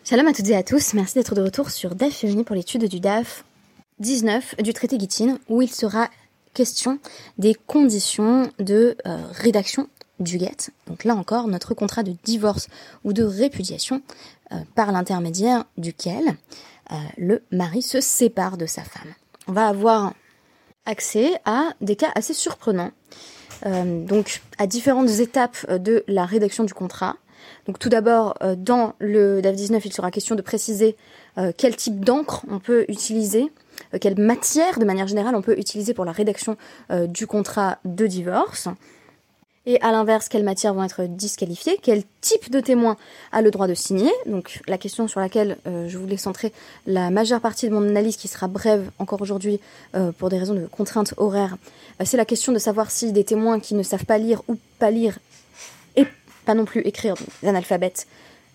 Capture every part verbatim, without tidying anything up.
Shalom à toutes et à tous, merci d'être de retour sur Daf Yomi pour l'étude du Daf dix-neuf du traité Gittin, où il sera question des conditions de euh, rédaction du get. Donc là encore, notre contrat de divorce ou de répudiation euh, par l'intermédiaire duquel euh, le mari se sépare de sa femme. On va avoir accès à des cas assez surprenants, euh, donc à différentes étapes de la rédaction du contrat. Donc tout d'abord, euh, dans le Daf dix-neuf, il sera question de préciser euh, quel type d'encre on peut utiliser, euh, quelle matière, de manière générale, on peut utiliser pour la rédaction euh, du contrat de divorce. Et à l'inverse, quelles matières vont être disqualifiées, quel type de témoin a le droit de signer. Donc la question sur laquelle euh, je voulais centrer la majeure partie de mon analyse, qui sera brève encore aujourd'hui euh, pour des raisons de contraintes horaires, euh, c'est la question de savoir si des témoins qui ne savent pas lire ou pas lire et pas non plus écrire, donc des analphabètes,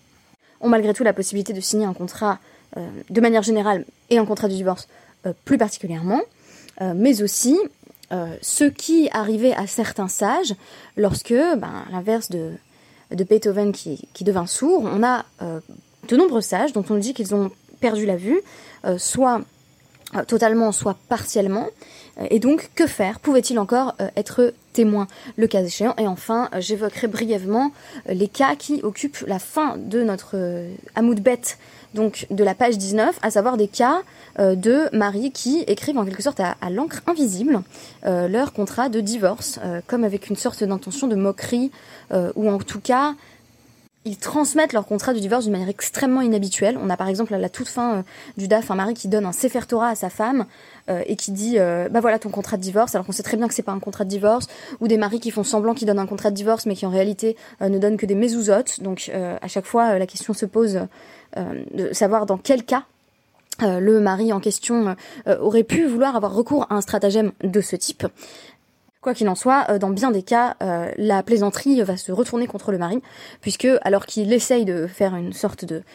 ont malgré tout la possibilité de signer un contrat euh, de manière générale et un contrat de divorce euh, plus particulièrement, euh, mais aussi euh, ce qui arrivait à certains sages lorsque, ben, à l'inverse de, de Beethoven qui, qui devint sourd, on a euh, de nombreux sages dont on dit qu'ils ont perdu la vue, euh, soit euh, totalement, soit partiellement. Et donc, que faire? Pouvait-il encore euh, être témoin, le cas échéant? Et enfin, euh, j'évoquerai brièvement euh, les cas qui occupent la fin de notre euh, Hamoud Bet, donc de la page dix-neuf, à savoir des cas euh, de maris qui écrivent en quelque sorte à, à l'encre invisible euh, leur contrat de divorce, euh, comme avec une sorte d'intention de moquerie, euh, ou en tout cas, ils transmettent leur contrat de divorce d'une manière extrêmement inhabituelle. On a par exemple à la toute fin euh, du Daf un mari qui donne un Sefer Torah à sa femme euh, et qui dit euh, bah voilà ton contrat de divorce, alors qu'on sait très bien que c'est pas un contrat de divorce, ou des maris qui font semblant qu'ils donnent un contrat de divorce mais qui en réalité euh, ne donnent que des mezuzot. Donc euh, à chaque fois euh, la question se pose euh, de savoir dans quel cas euh, le mari en question euh, aurait pu vouloir avoir recours à un stratagème de ce type. Quoi qu'il en soit, dans bien des cas, euh, la plaisanterie va se retourner contre le mari, puisque alors qu'il essaye de faire une sorte de,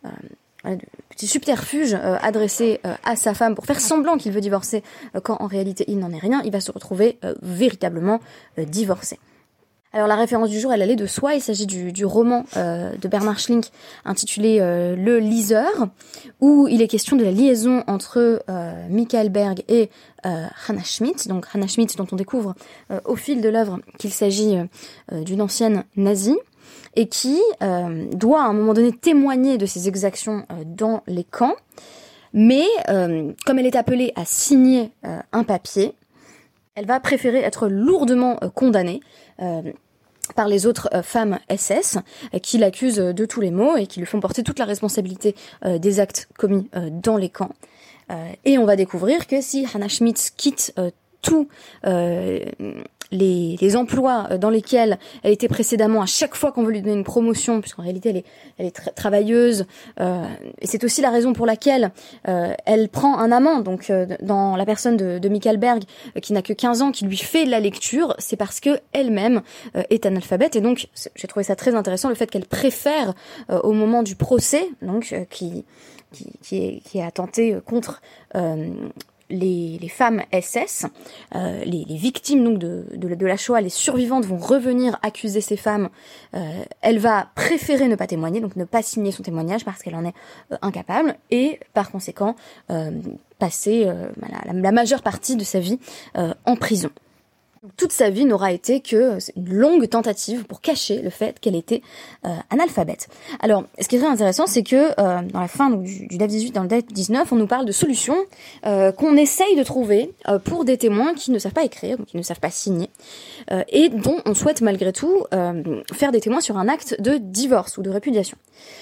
euh, de petit subterfuge euh, adressé euh, à sa femme pour faire semblant qu'il veut divorcer, euh, quand en réalité il n'en est rien, il va se retrouver euh, véritablement euh, divorcé. Alors la référence du jour, elle allait de soi, il s'agit du, du roman euh, de Bernard Schlink intitulé euh, Le Liseur, où il est question de la liaison entre euh, Michael Berg et euh, Hannah Schmidt, donc Hannah Schmidt dont on découvre euh, au fil de l'œuvre qu'il s'agit euh, d'une ancienne nazie, et qui euh, doit à un moment donné témoigner de ses exactions euh, dans les camps, mais euh, comme elle est appelée à signer euh, un papier, elle va préférer être lourdement euh, condamnée euh, par les autres euh, femmes S S euh, qui l'accusent de tous les maux et qui lui font porter toute la responsabilité euh, des actes commis euh, dans les camps. Euh, et on va découvrir que si Hannah Schmidt quitte euh, tous euh, les, les emplois dans lesquels elle était précédemment, à chaque fois qu'on veut lui donner une promotion, puisqu'en réalité elle est, elle est tra- travailleuse, euh, et c'est aussi la raison pour laquelle euh, elle prend un amant, donc euh, dans la personne de, de Michael Berg, euh, qui n'a que quinze ans, qui lui fait la lecture, c'est parce que elle-même euh, est analphabète, et donc j'ai trouvé ça très intéressant, le fait qu'elle préfère, euh, au moment du procès, donc euh, qui, qui, qui, est, qui est attenté contre euh, Les, les femmes S S, euh, les, les victimes donc de, de, de la Shoah, les survivantes vont revenir accuser ces femmes. Euh, elle va préférer ne pas témoigner, donc ne pas signer son témoignage parce qu'elle en est euh, incapable, et par conséquent euh, passer euh, la, la majeure partie de sa vie euh, en prison. Toute sa vie n'aura été que une longue tentative pour cacher le fait qu'elle était euh, analphabète. Alors, ce qui est très intéressant, c'est que euh, dans la fin donc, du, du Daf dix-huit, dans le Daf dix-neuf, on nous parle de solutions euh, qu'on essaye de trouver euh, pour des témoins qui ne savent pas écrire, donc qui ne savent pas signer, euh, et dont on souhaite malgré tout euh, faire des témoins sur un acte de divorce ou de répudiation.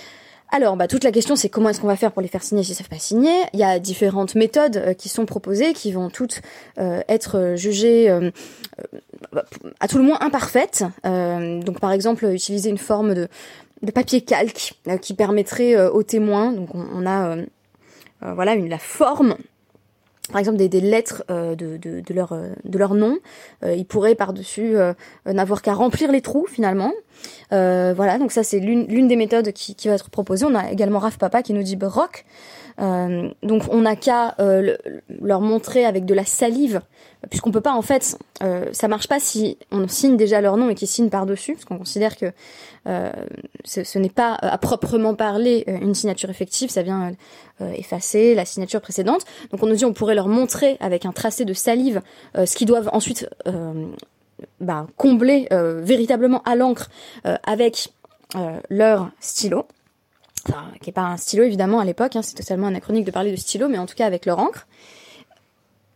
Alors, bah, toute la question, c'est comment est-ce qu'on va faire pour les faire signer s'ils ne savent pas signer. Il y a différentes méthodes euh, qui sont proposées, qui vont toutes euh, être jugées euh, euh, à tout le moins imparfaites. Euh, donc, par exemple, utiliser une forme de, de papier calque euh, qui permettrait euh, aux témoins, donc on, on a euh, euh, voilà une, la forme, par exemple des, des lettres euh, de, de, de, leur, de leur nom. Euh, ils pourraient par-dessus euh, n'avoir qu'à remplir les trous finalement. Euh, voilà, donc ça c'est l'une, l'une des méthodes qui, qui va être proposée. On a également Raph Papa qui nous dit rock. Euh, donc on n'a qu'à euh, le, leur montrer avec de la salive, puisqu'on peut pas en fait, euh, ça marche pas si on signe déjà leur nom et qu'ils signent par-dessus, parce qu'on considère que euh, ce, ce n'est pas à proprement parler une signature effective, ça vient euh, effacer la signature précédente. Donc on nous dit on pourrait leur montrer avec un tracé de salive euh, ce qu'ils doivent ensuite euh, bah, combler euh, véritablement à l'encre euh, avec euh, leur stylo. Enfin, qui est pas un stylo évidemment à l'époque, hein, c'est totalement anachronique de parler de stylo, mais en tout cas avec leur encre.